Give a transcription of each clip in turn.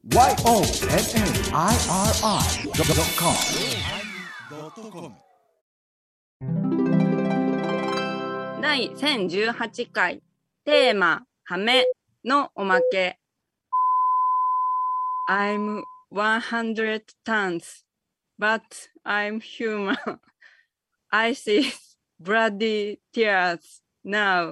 YONNIRI.com 第1018回テーマハメのおまけ。 I'm 100 tons but I'm human. I see bloody tears now.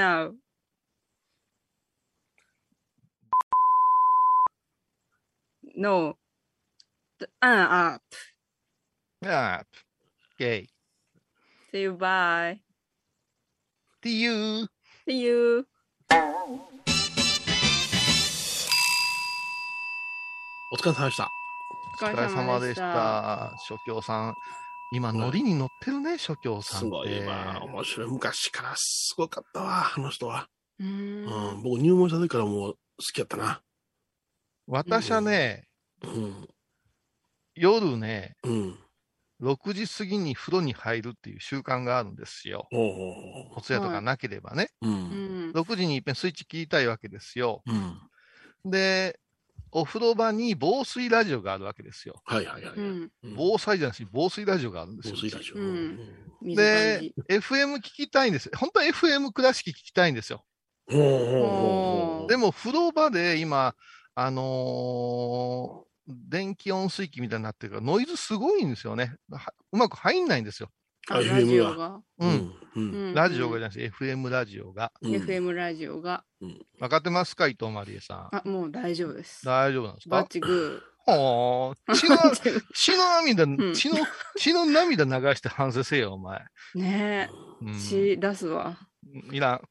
No. Up. Up. Okay. See you, bye. See you. See you. お疲れ様でした。 お疲れ様でした。諸教さん。今、ノリに乗ってるね、諸教さんって。 すごいわ。面白い。昔からすごかったわ、あの人は。僕入門した時からもう好きやったな。 私はね、夜ね、6時過ぎに風呂に入るっていう習慣があるんですよ。お通夜とかなければね。6時にいっぺんスイッチ切りたいわけですよ。で、お風呂場に防水ラジオがあるわけですよ。防災じゃなし、防水ラジオがあるんですよ。防水ラジオ。で、FM 聞きたいんです。本当は FM 倉敷聞きたいんですよ。でも風呂場で今、電気温水器みたいになってるから、ノイズすごいんですよね。うまく入んないんですよ。 ラジオが。 ラジオがじゃなくて FM ラジオが。 FM ラジオが。 分かってますか、伊藤まりえさん。もう大丈夫です。 大丈夫なんですか。 バッチグー。はあ、血の涙流して反省せよ、お前。 ねえ。血出すわ。 いらん。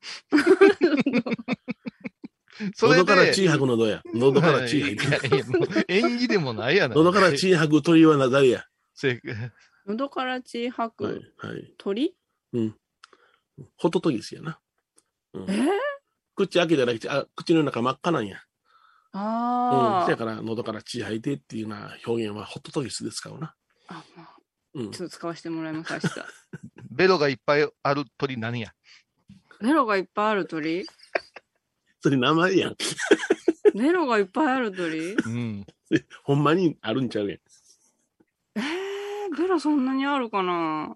喉から血吐くのどや。喉から血吐いて。 演技でもないやな。 喉から血吐く鳥は誰や。 喉から血吐く鳥？ ホトトギスやな。口開けたら口の中真っ赤なんや。だから喉から血吐いてっていうような表現はホトトギスで使うな。 ちょっと使わせてもらいました。 ベロがいっぱいある鳥何や？ ベロがいっぱいある鳥？ それ名前やん。 ベロがいっぱいある鳥？ ほんまにあるんちゃうやん。 ベロそんなにあるかな？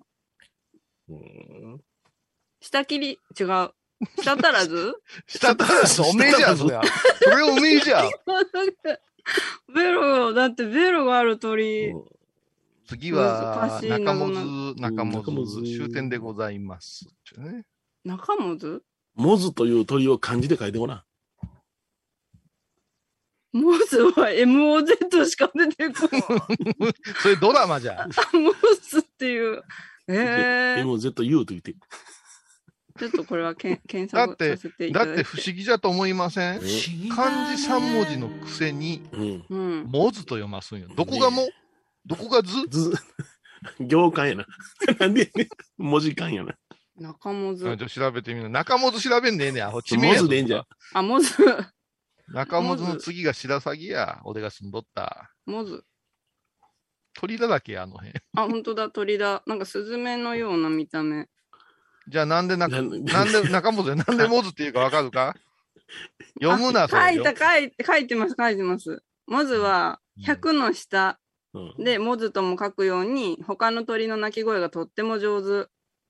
下切り違う。下足らず？ 下足らずおめえじゃん、それは。それおめえじゃん。 だってベロがある鳥。 次は中本終点でございます。 中本？ モズという鳥を漢字で書いてごらん。 モズは MOZ しか出てこない。 それドラマじゃん。 モズっていう。 MOZU と言って。 ちょっとこれは検索させていただいて。 だって不思議じゃと思いません？漢字3文字のくせに、モズと読ますんよ。どこがも？どこがず？ 行間やな。なんで文字間やな。 中本図。 調べてみる。中本調べんねえねや。 モズでいいんじゃん。 モズ。 中本の次が白鷺や。俺が住んどった。 モズ。 鳥だらけや、あの辺。 本当だ、鳥だ。なんかスズメのような見た目。 じゃあなんで中本でなんでモズっていうかわかるか？読むな、それ。 書いてます。モズは100の下でモズとも書くように、他の鳥の鳴き声がとっても上手。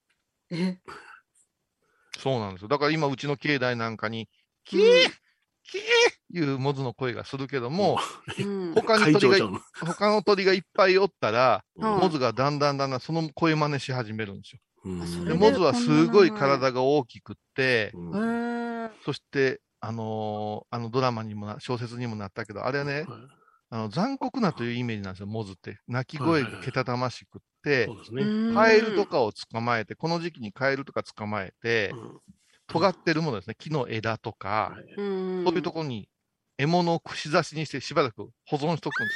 そうなんですよ。だから今うちの境内なんかに、キーいうモズの声がするけども、他の鳥がいっぱいおったら、モズがだんだんその声真似し始めるんですよ。でモズはすごい体が大きくって、そしてドラマにも小説にもなったけど、あれはね、残酷なというイメージなんですよ、モズって。鳴き声がけたたましくって、カエルとかを捕まえて、この時期にカエルとか捕まえて、尖ってるものですね、木の枝とか、そういうところに獲物を串刺しにしてしばらく保存しとくん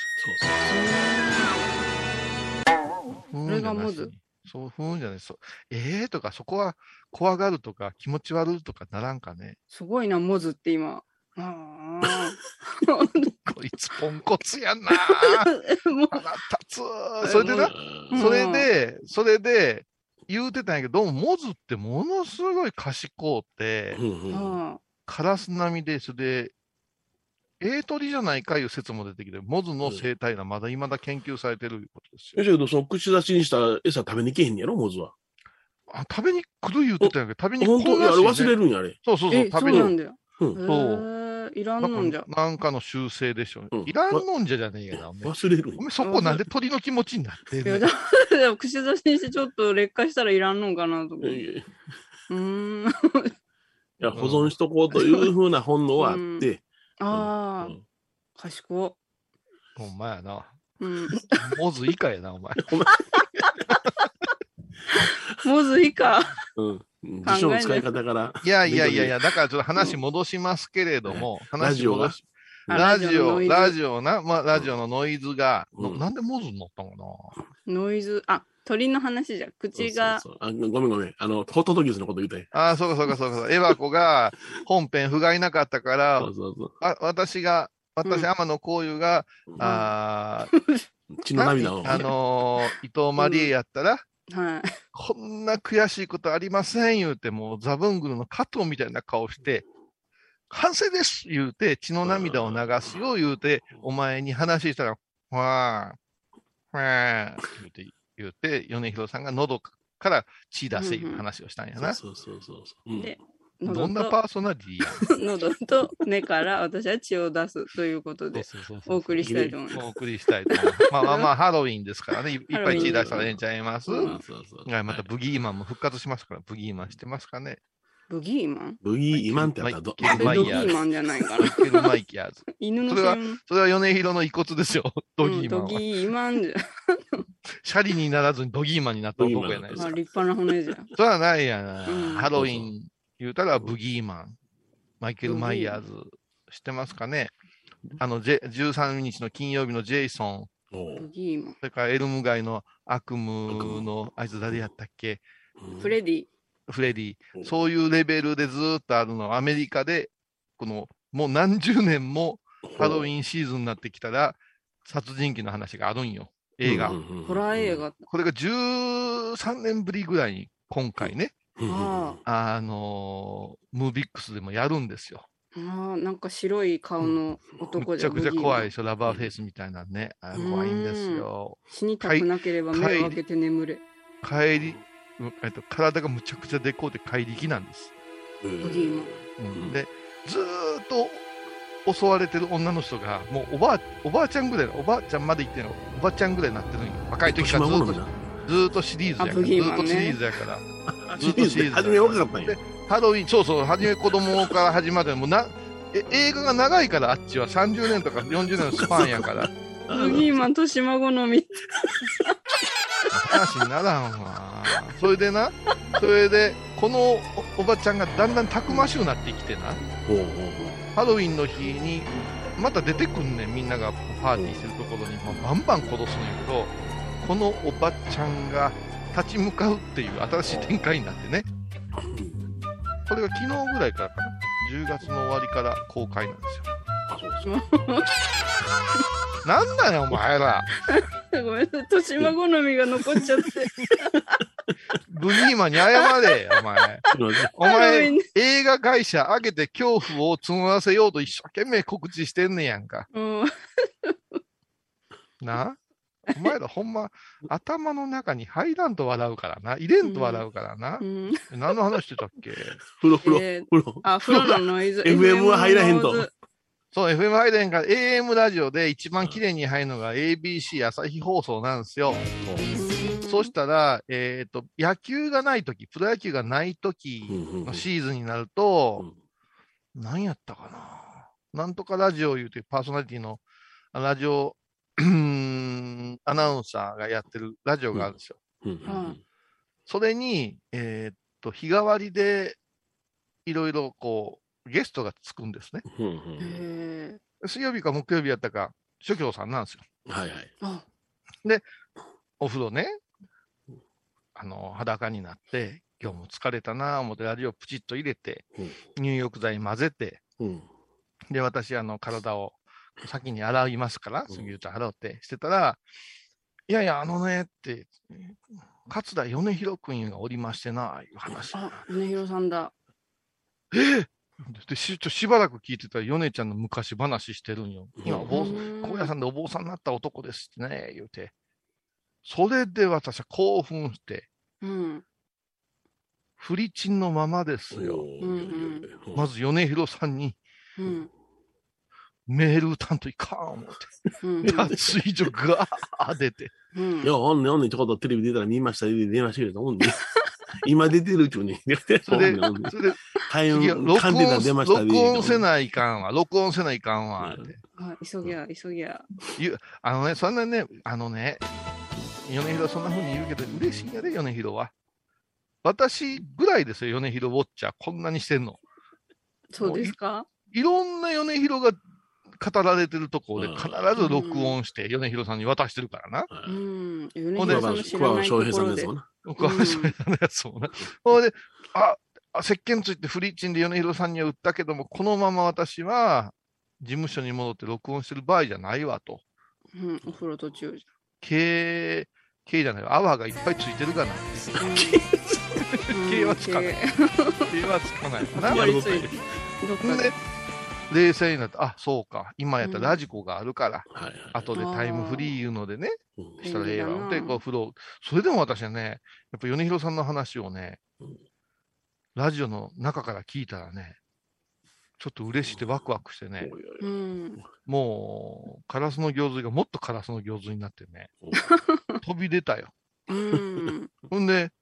ですよ。 それがモズ。 そう、ふーんじゃない。とか、そこは怖がるとか、気持ち悪いとかならんかね。 すごいな、モズって今。 こいつポンコツやな。腹立つ。それで、言うてたんやけど、どうもモズってものすごい賢うて、カラス並みで、それで、 鳥じゃないかいう説も出てきて、モズの生態がまだ未だ研究されてるいうことですよ。 だけど、その口出しにしたら餌食べに来へんやろ、モズは。 食べに来る言うてたんやけど、食べに来るんや。あれ忘れるんや、あれ。 そう、食べに。 そうなんだよ。 そう。 いらんのんじゃ。 なんかの習性でしょ。いらんのんじゃじゃねえやな。 忘れるんや。そこなんで鳥の気持ちになってんの？ でも口出しにしてちょっと劣化したらいらんのかなと思って。いや、保存しとこうというふうな本能はあって。 ああ、賢。 ほんまやな。モズ以下やな、お前。 モズ以下。 辞書の使い方から。 いや、だからちょっと話戻しますけれども、ラジオな、まあ、ラジオのノイズが、なんでモズになったのかな。ノイズ、鳥の話じゃ、口が。 ごめん。ホトトギスのこと言うて。 そうか。エバコが本編不甲斐なかったから、私、天野幸雄が、 血の涙を。 伊藤マリエやったら、こんな悔しいことありません言うて、もうザブングルの加藤みたいな顔して、反省です言うて、血の涙を流すよ言うて、お前に話したら、わー言うて、米広さんが喉から血出せいう話をしたんやな。 で、 どんなパーソナリティや喉と目から私は血を出すということで、お送りしたいと思います。 お送りしたいと思います。まあ、ハロウィンですからね。いっぱい血出したらええんちゃいます？またブギーマンも復活しますから、ブギーマンしてますかね。 ブギーマンってあったらドギーマンじゃないかな。 ケルマイキャーズ。 犬のそれは米広の遺骨ですよ。ドギーマンは。 ドギーマンじゃ。 シャリにならずにドギーマンになった男やないですか。 立派な骨じゃ。 それはないやな。ハロウィン言うたらブギーマン。マイケル・マイヤーズ。知ってますかね？13日の金曜日のジェイソン。 ブギーマン。 それからエルム街の悪夢の、あいつ誰やったっけ？ フレディ。 そういうレベルでずっとあるの。アメリカで、もう何十年もハロウィンシーズンになってきたら、殺人鬼の話があるんよ。映画。 ホラー映画。 これが13年ぶりぐらいに今回ね、ムービックスでもやるんですよ。 なんか白い顔の男じゃん。 めちゃくちゃ怖いでしょ、ラバーフェイスみたいなね。怖いんですよ。 死にたくなければ目を開けて眠れ。 体がむちゃくちゃでこうて怪力なんです。で、ずーっと襲われてる女の人が、もうおばあちゃんぐらい、おばあちゃんまで行ってんの、おばちゃんぐらいになってるんよ。若い時からずーっとシリーズやから。ずーっとシリーズやから。 ずっとシリーズ。初め若かったんや。 ハロウィン、そう、初め子供から始まって、もう映画が長いから、あっちは30年とか40年のスパンやから。 ブギーマンと島好み。 話にならんわ。それで、このおばちゃんがだんだんたくましくなってきてな。ハロウィンの日に、また出てくんねん、みんながパーティーしてるところに、バンバン殺すんやけど、このおばちゃんが立ち向かうっていう新しい展開になってね。これが昨日ぐらいからかな。10月の終わりから公開なんですよ。なんだよ、お前ら。 ごめんなさい、豊島好みが残っちゃって。 ブギーマンに謝れ、お前。お前、映画会社上げて恐怖を募らせようと一生懸命告知してんねやんか。な？お前らほんま、頭の中に入らんと笑うからな。入れんと笑うからな。何の話してたっけ？ 風呂。 風呂のノイズ。 FM は入らへんと。 そう、FM 入れへんから、AM ラジオで一番綺麗に入るのが ABC 朝日放送なんですよ。そしたら、野球がないとき、プロ野球がないときのシーズンになると、何やったかな。なんとかラジオ言うて、パーソナリティのラジオ、アナウンサーがやってるラジオがあるんですよ。それに、日替わりで、いろいろこう、ゲストがつくんですね。水曜日か木曜日やったか、諸教さんなんですよ。で、お風呂ね、裸になって、今日も疲れたなぁ思ってラジオプチッと入れて、入浴剤混ぜて、で、私、体を先に洗いますから、すぐ言うと洗ってしてたら、いやいや、って、桂米広くんがおりましてな、いう話。 米広さんだ。 でしばらく聞いてたら、ヨネちゃんの昔話してるんよ。今、高野山でお坊さんになった男ですってね、言うて。それで私は興奮して、フリチンのままですよ。まず米広さんに、メール打たんといかん思って。脱衣所が出て。 いや、ほんね、ちょこっとテレビ出たら見ました、電話してくれたもんね。今出てるうちに。 それで、 録音せないかんわ。録音せないかんわ。 急ぎゃ。 そんなね、米広そんな風に言うけど、嬉しいんやで、米広は。私ぐらいですよ、米広ウォッチャー。こんなにしてんの。 そうですか？ いろんな米広が語られてるところで必ず録音して、米広さんに渡してるからな。 米広さんの知らないところで。 桑原翔平さんのやつもな。ほんで、石鹸ついてフリッチンで米広さんには売ったけども、このまま私は事務所に戻って録音してる場合じゃないわと。 お風呂途中じゃん。 毛じゃない、泡がいっぱいついてるかな。毛はつかない。毛はつかないかな。で、冷静になって、そうか、今やったらラジコがあるから、後でタイムフリーいうのでね、したらええわ。で、風呂、それでも私はね、やっぱ米広さんの話をね、ラジオの中から聞いたらね、ちょっと嬉しくてワクワクしてね、もう、カラスの行水がもっとカラスの行水になってね、飛び出たよ。ほんで、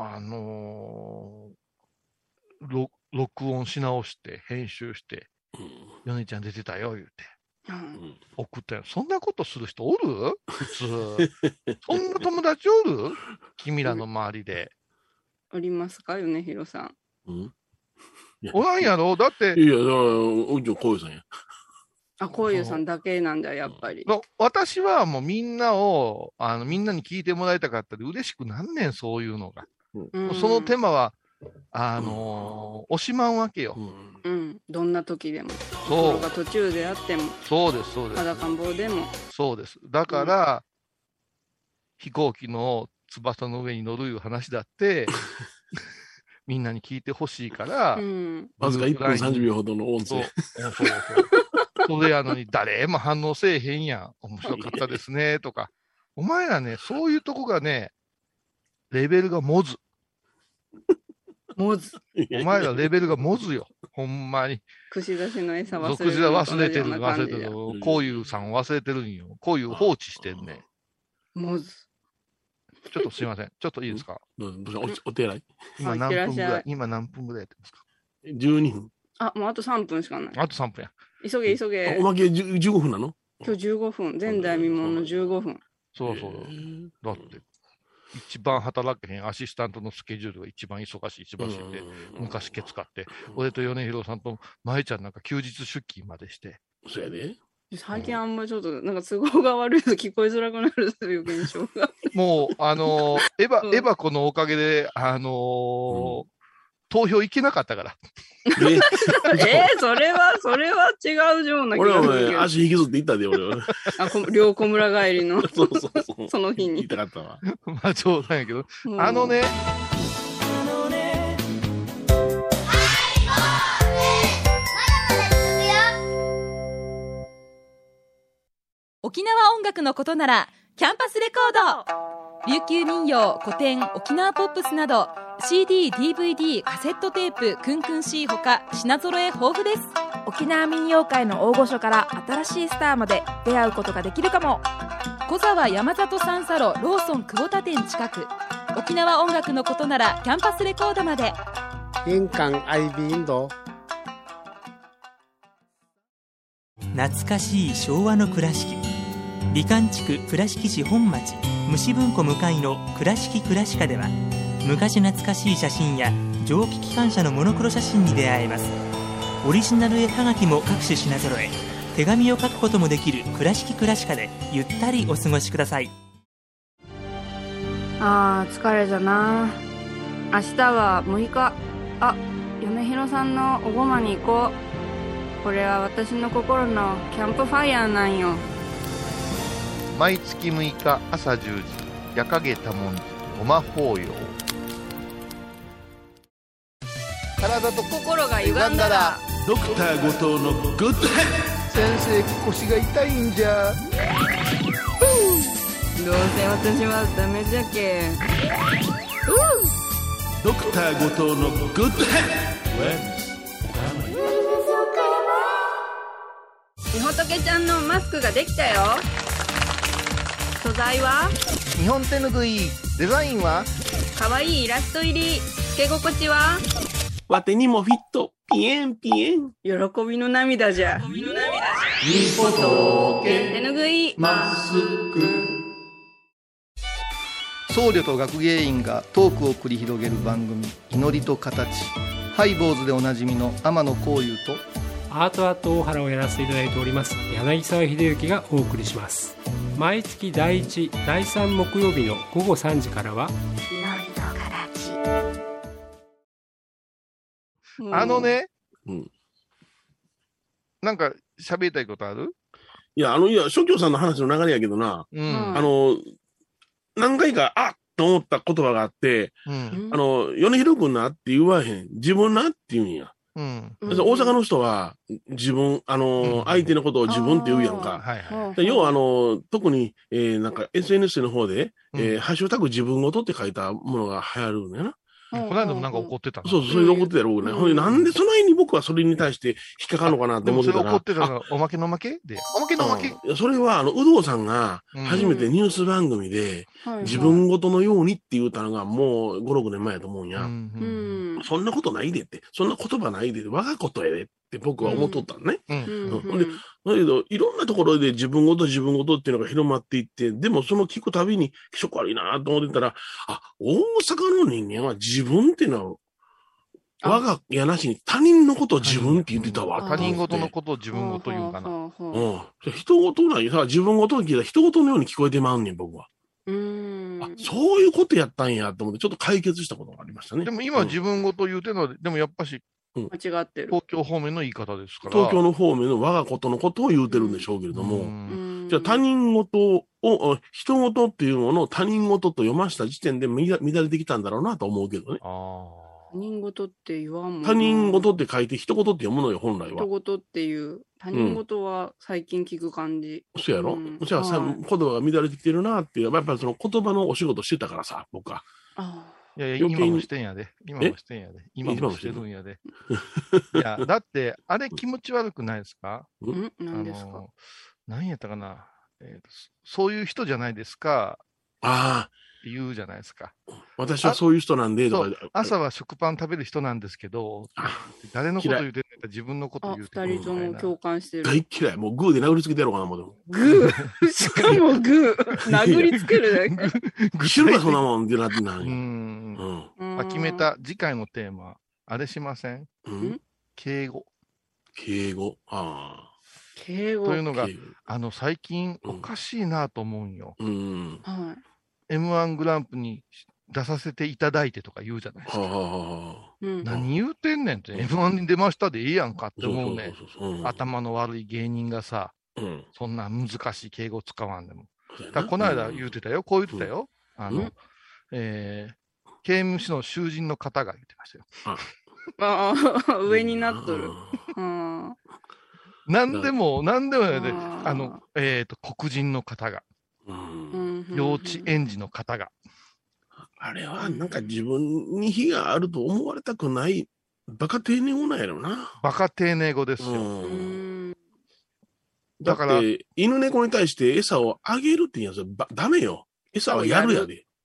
録音し直して、編集して、ヨネちゃん出てたよ、言うて。送ったよ。そんなことする人おる？普通。そんな友達おる？君らの周りで。 おりますか、米広さん。 おらんやろ？だって。 いや、だから、うちはこういうさんや。 こういうさんだけなんだ、やっぱり。 私はもうみんなに聞いてもらいたかったで嬉しくなんねん、そういうのが。その手間は、惜しまんわけよ。 どんな時でも。 そう。 が途中であっても。 そうです。 裸ん坊でも。 そうです。だから、飛行機の翼の上に乗るいう話だって、みんなに聞いてほしいから、 わずか1分30秒ほどの音声。 それやのに誰も反応せえへんやん。面白かったですね、とか。お前らね、そういうとこがね、レベルがもず。 もず。 お前らレベルがもずよ。ほんまに。 串刺しの餌忘れてる。忘れてる。こういうさん忘れてるんよ。こういう放置してんね。 もず。 ちょっとすいません。ちょっといいですか？ お手洗い？ 今何分ぐらいやってますか ？12分。 もうあと3分しかない。 あと3分や。 急げ。 おまけ15分なの？ 今日15分。前代未聞の15分。 そう。だって、一番働けへんアシスタントのスケジュールが一番忙しいって、昔ケツ買って、俺と米広さんと舞ちゃんなんか休日出勤までして。 そうやで。 最近あんまりちょっとなんか都合が悪いと聞こえづらくなるという現象が。 もう、エバコのおかげで、投票行けなかったから。 それは違うような気がするけど。 俺は足引きずって行ったで、俺は。 両小村帰りの。 そう。 その日に。 言いたかったわ。 まあ、冗談やけど。 沖縄音楽のことならキャンパスレコード。琉球民謡、古典、沖縄ポップスなど CD、DVD、カセットテープ、クンクン C ほか品揃え豊富です。 沖縄民謡界の大御所から新しいスターまで出会うことができるかも。 小沢山里三佐路ローソン久保田店近く。沖縄音楽のことならキャンパスレコードまで。 印鑑 IB インド。 懐かしい昭和の倉敷。美観地区倉敷市本町虫文庫向かいの倉敷倉歯科では、昔懐かしい写真や蒸気機関車のモノクロ写真に出会えます。オリジナル絵はがきも各種品揃え、手紙を書くこともできる倉敷倉歯科でゆったりお過ごしください。 疲れじゃな。明日は6日。米広さんのおごまに行こう。これは私の心のキャンプファイヤーなんよ。 毎月6日朝10時、夜影多文字ごま法要。 体と心が歪んだらドクター後藤のグッドヘッド。 先生、腰が痛いんじゃ。 どうせ私はダメじゃけ。 ドクター後藤のグッドヘッド。 みほとけちゃんのマスクができたよ。素材は日本手ぬぐい。デザインはかわいいイラスト入り。つけ心地はわてにもフィット。ピエンピエン。 喜びの涙じゃ。 みほとけ手ぬぐいマスク。 僧侶と学芸員がトークを繰り広げる番組、祈りと形。ハイボーズでおなじみの天野幸雄とアート大原をやらせていただいております柳沢秀幸がお送りします。毎月第1、第3木曜日の午後3時からは祈りと形。 なんか喋りたいことある？ いや、諸教さんの話の流れやけどな、何回か、と思った言葉があって、米広くんなって言わへん。自分なって言うんや。大阪の人は、自分、相手のことを自分って言うやんか。要は、特に、なんか SNS の方で、ハッシュタグ自分ごとって書いたものが流行るんだよな。 この間もなんか怒ってたの。 そう、それで怒ってたよ、僕ね。ほんで、なんでその辺に僕はそれに対して引っかかるのかなって思ってたら。 それ怒ってたのはおまけの負けで。おまけの負け。 それは、有働さんが初めてニュース番組で、自分ごとのようにって言ったのがもう5、6年前やと思うんや。そんなことないでって。そんな言葉ないで。我がことやでって僕は思っとったのね。だけど、いろんなところで自分ごとっていうのが広まっていって、でもその聞くたびに気色悪いなと思ってたら、大阪の人間は自分っていうのは、我がやなしに他人のことを自分って言ってたわ。 他人ごとのことを自分ごと言うかな。 人ごとないさ、自分ごとに聞いたら人ごとのように聞こえてまうねん、僕は。そういうことやったんやと思って、ちょっと解決したことがありましたね。 でも今自分ごと言うてるのは、でもやっぱし、 間違ってる。 東京方面の言い方ですから。 東京の方面の我がことのことを言うてるんでしょうけれども、じゃあ他人事を、人事っていうものを他人事と読ました時点で乱れてきたんだろうなと思うけどね。 他人事って言わんもんな。 他人事って書いて人事って読むのよ、本来は。 人事っていう。他人事は最近聞く感じ。 そうやろ？じゃあさ、言葉が乱れてきてるなっていう、やっぱりその言葉のお仕事してたからさ、僕は。 いやいや、今もしてんやで。今もしてるんやで。いや、だって、あれ気持ち悪くないですか？ 何ですか？ 何やったかな。そういう人じゃないですか。って言うじゃないですか。 私はそういう人なんで、 朝は食パン食べる人なんですけど、誰のこと言うてんのか自分のこと言うてんのか。 二人とも共感してる。 大嫌い。もうグーで殴りつけてやろうかな、もう。 グーしかもグー殴りつけるだけ。 知るか、そんなもんってなってない。 決めた次回のテーマ、あれしません？敬語。 敬語。 敬語。 というのが、最近おかしいなと思うんよ。M1 グランプに出させていただいてとか言うじゃないですか。何言うてんねんって、M1 に出ましたでいいやんかって思うね。頭の悪い芸人がさ、そんな難しい敬語使わんでも。この間言うてたよ、こう言ってたよ。刑務所の囚人の方が言ってましたよ。 上になっとる。 何でもやで、黒人の方が。幼稚園児の方が。 あれはなんか自分に非があると思われたくないバカ丁寧語なんやろな。 バカ丁寧語ですよ。 だから犬猫に対して餌をあげるって言うんやつダメよ。餌はやるやで。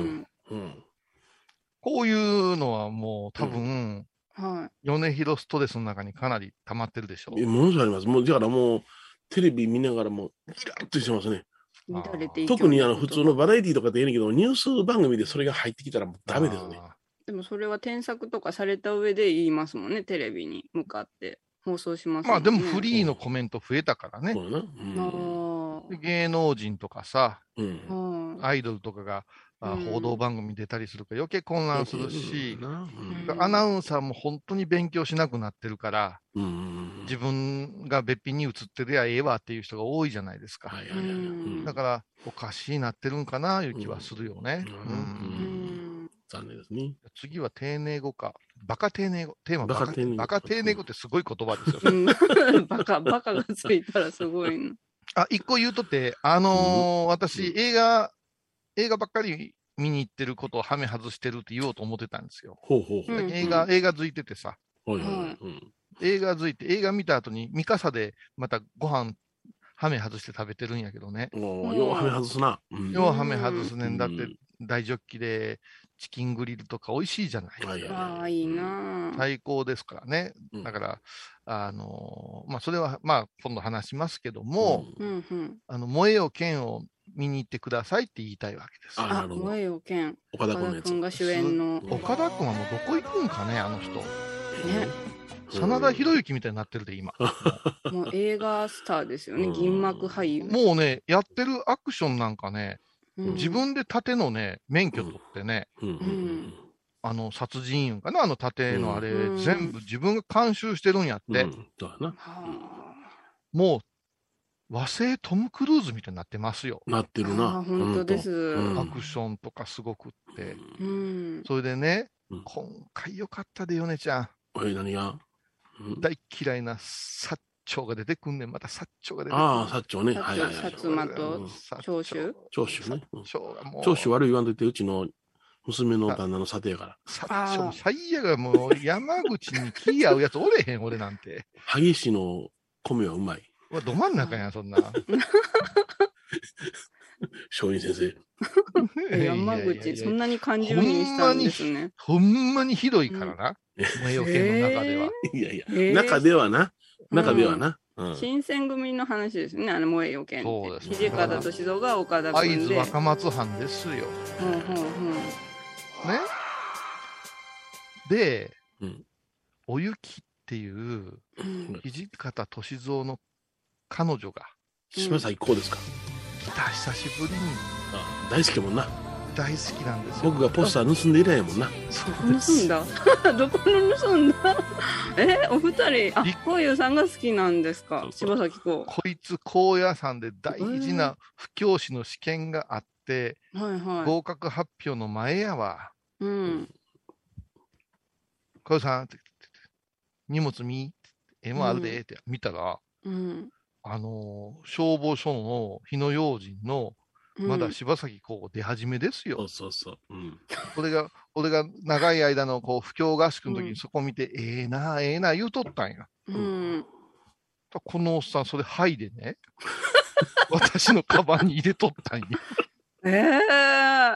こういうのはもう多分、米広ストレスの中にかなり溜まってるでしょう。 ものすごいあります。もうだからもうテレビ見ながらもイラッとしてますね。特に普通のバラエティとかでいいねんけど、ニュース番組でそれが入ってきたらもうダメですね。 でもそれは添削とかされた上で言いますもんね、テレビに向かって放送しますもんね。 でもフリーのコメント増えたからね。芸能人とかさ、アイドルとかが報道番組に出たりするから余計混乱するし、アナウンサーも本当に勉強しなくなってるから、自分がべっぴんに映ってりゃええわっていう人が多いじゃないですか。だからおかしいなってるんかないう気はするよね。 残念ですね。 次は丁寧語か。バカ丁寧語。テーマバカ丁寧語。 バカ丁寧語ってすごい言葉ですよ。 バカがついたらすごいの。 一個言うとって、私、映画ばっかり見に行ってることをハメ外してるって言おうと思ってたんですよ。映画づいててさ。映画づいて、映画見た後に、ミカサでまたご飯、ハメ外して食べてるんやけどね。 ようハメ外すな。 ようハメ外すねんだって、大ジョッキでチキングリルとか美味しいじゃない。 いいな最高ですからね。だから、それは、今度話しますけども、燃えよ剣を見に行ってくださいって言いたいわけです。 燃えよ剣。 岡田君が主演の。 岡田君はもうどこ行くんかね、あの人。真田広之みたいになってるで、今。 もう映画スターですよね、銀幕俳優。 もうね、やってるアクションなんかね、自分で盾のね、免許取ってね、殺人言うんかな、盾のあれ、全部自分が監修してるんやって。もう、和製トム・クルーズみたいになってますよ。 なってるな。 本当です。 アクションとかすごくって。それでね、今回よかったで、ヨネちゃん。 何が大嫌いな薩長が出てくんねん。また薩長が出てくる。薩長ね。 薩摩と長州。 長州ね。長州悪い言わんといて、うちの娘の旦那の査定やから。 薩長、最悪もう山口に気合うやつおれへん、俺なんて。 萩市の米はうまい。 ど真ん中やん、そんな。 松陰先生。 山口、そんなに感情にしたんですね。 ほんまにひどいからな。燃えよ剣の中では。 いや、中ではな。 新選組の話ですね、燃えよ剣って。土方歳三が岡田君で。 会津若松藩ですよ。ね。で、おゆきっていう土方歳三の彼女が。 島最高ですか。 久しぶりに。 大好きもんな。 大好きなんですよ。 僕がポスター盗んでいないもんな。 盗んだどこの盗んだお二人、こういうさんが好きなんですか、柴咲コウ。 こいつ高野山で大事な布教師の試験があって、合格発表の前やわ。こうさんって、荷物見もあるでって見たら、消防署の火の用心の、まだ柴咲コウ出始めですよ。俺が長い間の布教合宿の時にそこ見て、ええな言うとったんや。このおっさん、それ剥いでね、私のカバンに入れとったんや。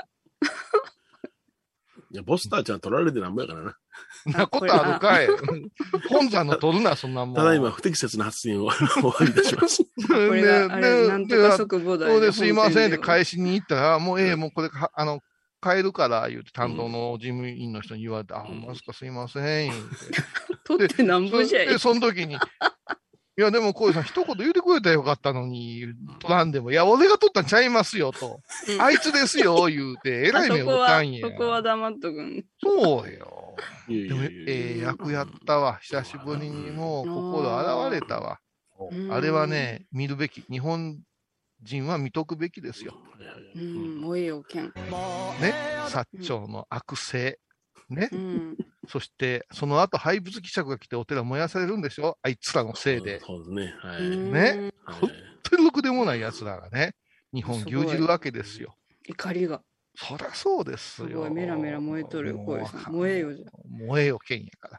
いや、ボスターちゃん取られてなんぼやからな。 なことあるかい。本山の取るな、そんなもん。 ただいま不適切な発言をお詫びいたします。 これがあれ、なんとか速報台ですいませんって返しに行ったら、もうもうこれ帰るから、言うて担当の事務員の人に言われて、ほんますかすいません。 取ってなんぼじゃい。 で、その時に、いや、でも、こういうさん、一言言ってくれたらよかったのに、取らんでも、いや、俺が取ったんちゃいますよ、と。あいつですよ、言うて、えらい目を打ったんや。 そこは黙っとくん。 そうよ。でも、役やったわ。久しぶりにもう、心洗われたわ。あれはね、見るべき。日本人は見とくべきですよ。 燃えよ剣。 ね、薩長の悪性。ね。そして、その後、廃仏希釈が来てお寺燃やされるんでしょ、あいつらのせいで。 そうですね。はい。 ね。本当にろくでもない奴らがね、日本牛耳るわけですよ。 怒りが。 そりゃそうですよ。 すごい、メラメラ燃えとるよ、こういうさん。燃えよじゃ。 燃えよ剣やから。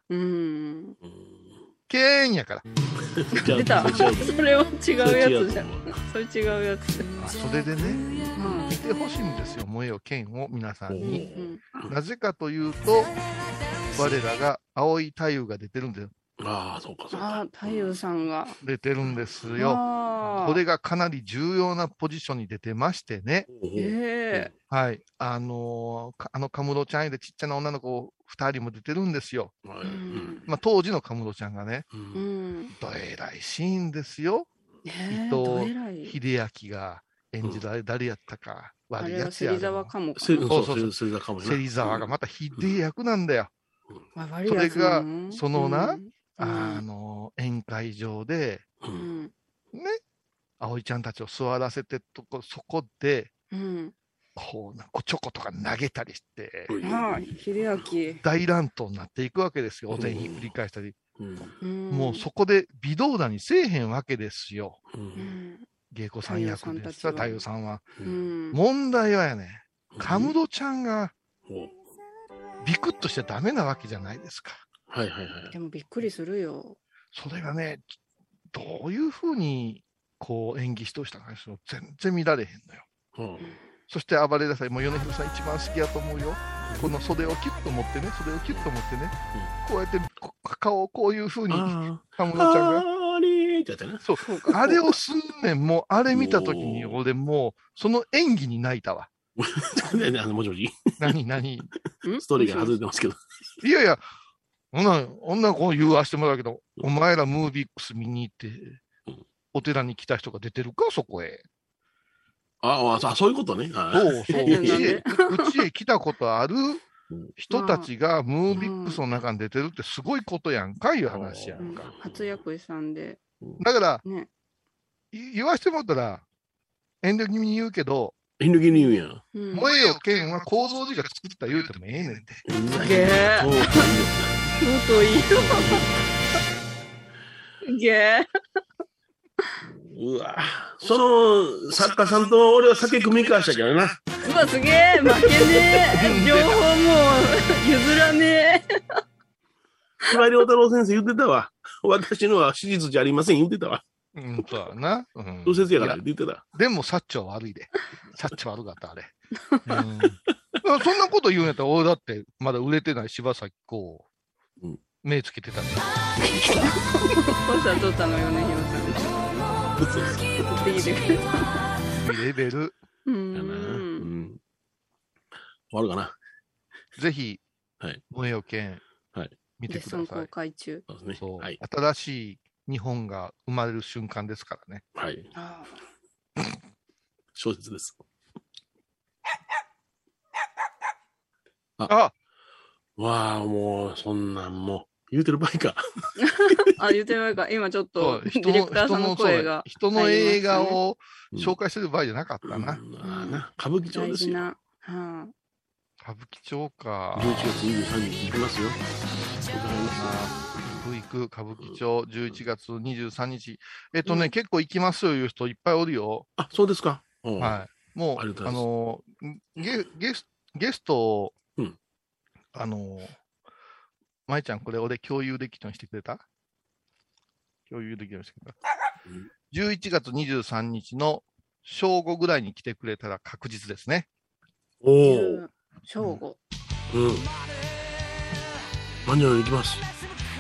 剣やから。 出た。それは違うやつじゃん。それ違うやつ。 それでね、見てほしいんですよ、燃えよ剣を皆さんに。なぜかというと、我らが青い太夫が出てるんだよ。 そうか、そうか。 太夫さんが。 出てるんですよ。これがかなり重要なポジションに出てましてね。はい。カムロちゃんでちっちゃな女の子2人も出てるんですよ。当時のカムロちゃんがね。どえらいシーンですよ。伊藤英明が演じられ、誰やったか。 悪いやつや。芹沢かも。 芹沢がまたひでえ役なんだよ。それが、そのな、宴会場で、ね、葵ちゃんたちを座らせてそこで、 こう、おちょことか投げたりして、 秀明。 大乱闘になっていくわけですよ。お膳ひっくり返したり。もうそこで微動だにせえへんわけですよ。芸妓さん役でさ、太陽さんは。問題はやね、カムロちゃんが、ビクッとしちゃダメなわけじゃないですか。 はいはいはい。 でもびっくりするよ。 それがね、どういうふうに、こう演技しとしたかですよ。全然見られへんのよ。そして暴れ出さい。もう米広さん一番好きやと思うよ。この袖をキュッと持ってね、こうやって顔をこういうふうに、カムロちゃんが。そう、あれをすんねん。もう、あれ見たときに、俺もう、その演技に泣いたわ。 もじもじ。 何ストーリーが外れてますけど。 いやいや、女こう言わしてもらうけど、お前らムービックス見に行って、お寺に来た人が出てるか、そこへ。 そういうことね。 そう。うちへ来たことある人たちがムービックスの中に出てるってすごいことやんか、いう話やんか。 初役員さんで。 だから、言わしてもらったら、遠慮気味に言うけど、 遠慮気味に言うやん。 萌えよ剣は構造寺が作った言うてもええねんて。 すげえ。もっといいよ。すげえ。 うわその作家さんと俺は酒組み交わしたけどな。 うわ、すげえ、負けねえ。情報も譲らねえ。 ひばりお太郎先生言ってたわ。私のは史実じゃありません言ってたわ。 そうだな。 小説やからって言ってた。 でも、サッチョは悪いで。サッチョ悪かった、あれ。そんなこと言うんやったら、俺だって、まだ売れてない柴咲コウ、目つけてたんだよ。 ポスター撮ったのよね、ヒロさん。撮ってきてくれた。 レベル。 終わるかな。 ぜひ、萌えよ剣、見てください。 公開中。 そう。新しい日本が生まれる瞬間ですからね。 はい。小説です。わあ、もう、そんなんもう、言うてる場合か。 言うてる場合か。今ちょっと、ディレクターさんの声が。 人の映画を紹介してる場合じゃなかったな。 歌舞伎町ですよ。 歌舞伎町か。 11月23日行きますよ。 歌舞伎町11月23日。結構行きますよいう人いっぱいおるよ。 そうですか。 はい。もう、ゲストを、舞ちゃん、これ俺共有できるようにしてくれた11月23日の正午ぐらいに来てくれたら確実ですね。 正午。 間に合う行きます。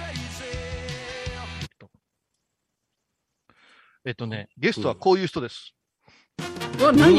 ゲストはこういう人です。 何これ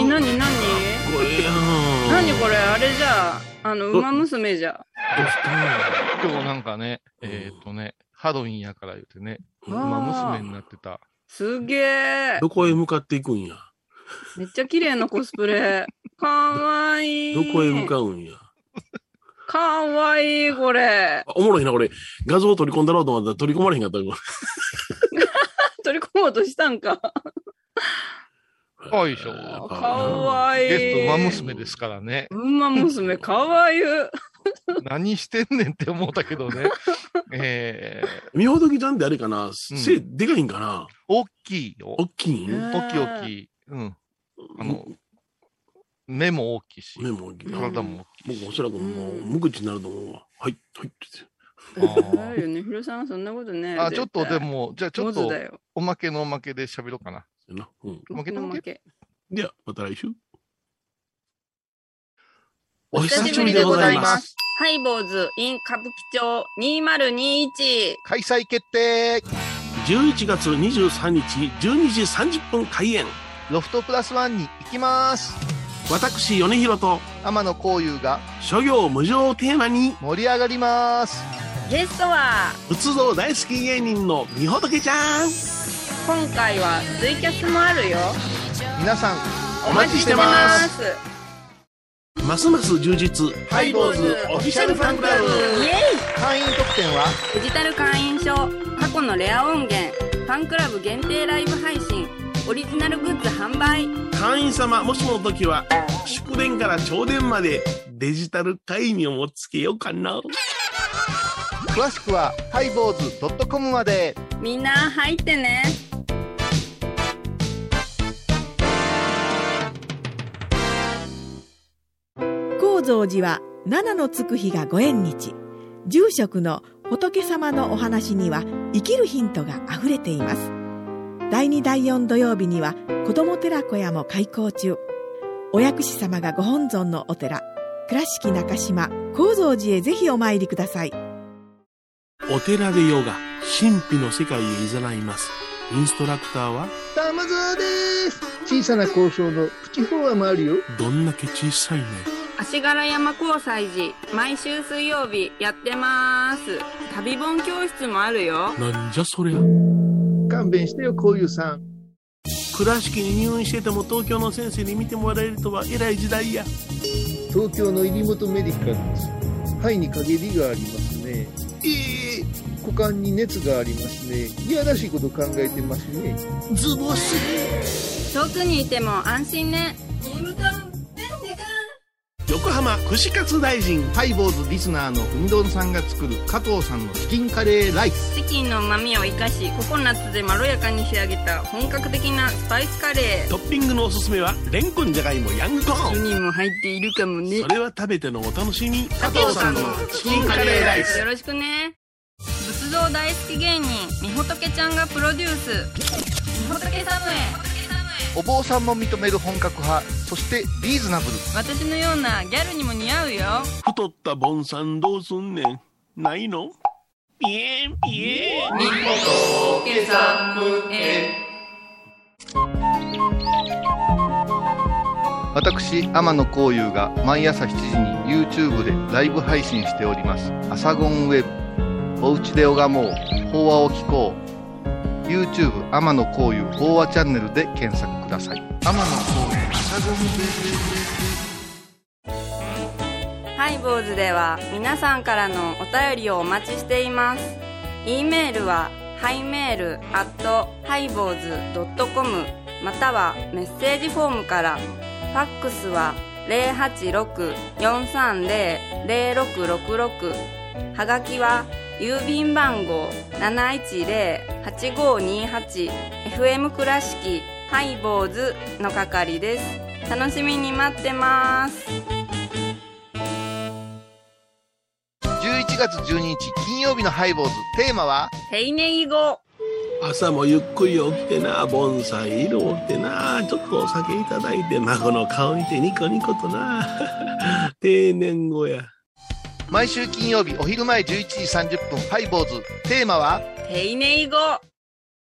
あれじゃ馬娘じゃ。 今日なんかね、ハロウィンやから言うてね、馬娘になってた。 すげえ。 どこへ向かっていくんや。 めっちゃ綺麗なコスプレ。かわいい。 どこへ向かうんや。 かわいい、これ。 おもろいな、これ。画像取り込んだろうと思ったら取り込まれへんかった。 取り込もうとしたんか。 かわいいでしょ。 かわいい。 ゲスト馬娘ですからね。 馬娘かわいい。 何してんねんって思ったけどね。 みほどきちゃんってあれかな、背でかいんかな。 大きいよ。 大きい大きい。目も大きいし。 目も大きい。 体も大きい。 僕おそらくもう無口になると思うわ。はい、はいって言って。ねひろさんはそんなことね。 ちょっとでも、じゃあちょっとおまけのおまけで喋ろうかな。 おまけのおまけ。 では、また来週。 お久しぶりでございます。ハイボーズ in 歌舞伎町2021 開催決定。 11月23日12時30分開演。 ロフトプラスワンに行きます。 私米広と天野幸雄が諸行無常をテーマに盛り上がります。 ゲストは仏像大好き芸人のみほとけちゃん。 今回はツイキャスもあるよ。 皆さんお待ちしてます。 ますます充実ハイボーズオフィシャルファンクラブ。イエイ。会員特典はデジタル会員証、過去のレア音源、ファンクラブ限定ライブ配信、 オリジナルグッズ販売。 会員様もしもの時は祝電から朝電までデジタル会員をもつけようかな。 詳しくはハイボーズ .com まで。 みんな入ってね。 高蔵寺は七のつく日がご縁日。住職の仏様のお話には生きるヒントがあふれています。第2第4土曜日には子ども寺小屋も開校中。お薬師様がご本尊のお寺、倉敷中島・高蔵寺へぜひお参りください。 お寺でヨガ、神秘の世界へ誘います。インストラクターは玉沢です。小さな交渉のプチフォアもあるよ。 どんだけ小さいね。 足柄山交際時、毎週水曜日やってます。旅本教室もあるよ。 なんじゃそりゃ。 勘弁してよ、こういうさん。 倉敷に入院してても東京の先生に見てもらえるとは偉い時代や。 東京の入本メディカルです。肺に陰りがありますね。股間に熱がありますね。いやらしいこと考えてますね。 ズボス。 遠くにいても安心ね。 横浜串カツ大臣。 ハイボーズリスナーのうみどんさんが作る加藤さんのチキンカレーライス。 チキンの旨味を生かし、ココナッツでまろやかに仕上げた本格的なスパイスカレー。 トッピングのおすすめはレンコン、じゃがいも、ヤングコーン。 2人も入っているかもね。 それは食べてのお楽しみ。 加藤さんのチキンカレーライス。よろしくね。仏像大好き芸人みほとけちゃんがプロデュース、みほとけサムエ。 お坊さんも認める本格派、そしてリーズナブル。 私のようなギャルにも似合うよ。 太ったボンさんどうすんねん。ないの？ピエンピエン。みほとけサムエ。 私天野幸雄が毎朝7時に YouTube でライブ配信しておりますアサゴンウェブ。おうちで拝もう、法話を聞こう。YouTube 天野幸雄法話チャンネルで検索ください。天野幸雄アサゴンウェブ。 ハイボーズでは皆さんからのお便りをお待ちしています。 E メールはハイメール@highboz.com またはメッセージフォームから。ファックスは 086-430-0666。はがきは郵便番号 710-8528 FM 倉敷ハイボーズの係です。楽しみに待ってます。 11月12日金曜日のハイボーズ、テーマは手稲ぎ語。 朝もゆっくり起きてな、盆栽色ってな、ちょっとお酒いただいて孫の顔見てニコニコとな定年後や。 毎週金曜日お昼前11時30分ハイボーズ、テーマは手稲ぎ語。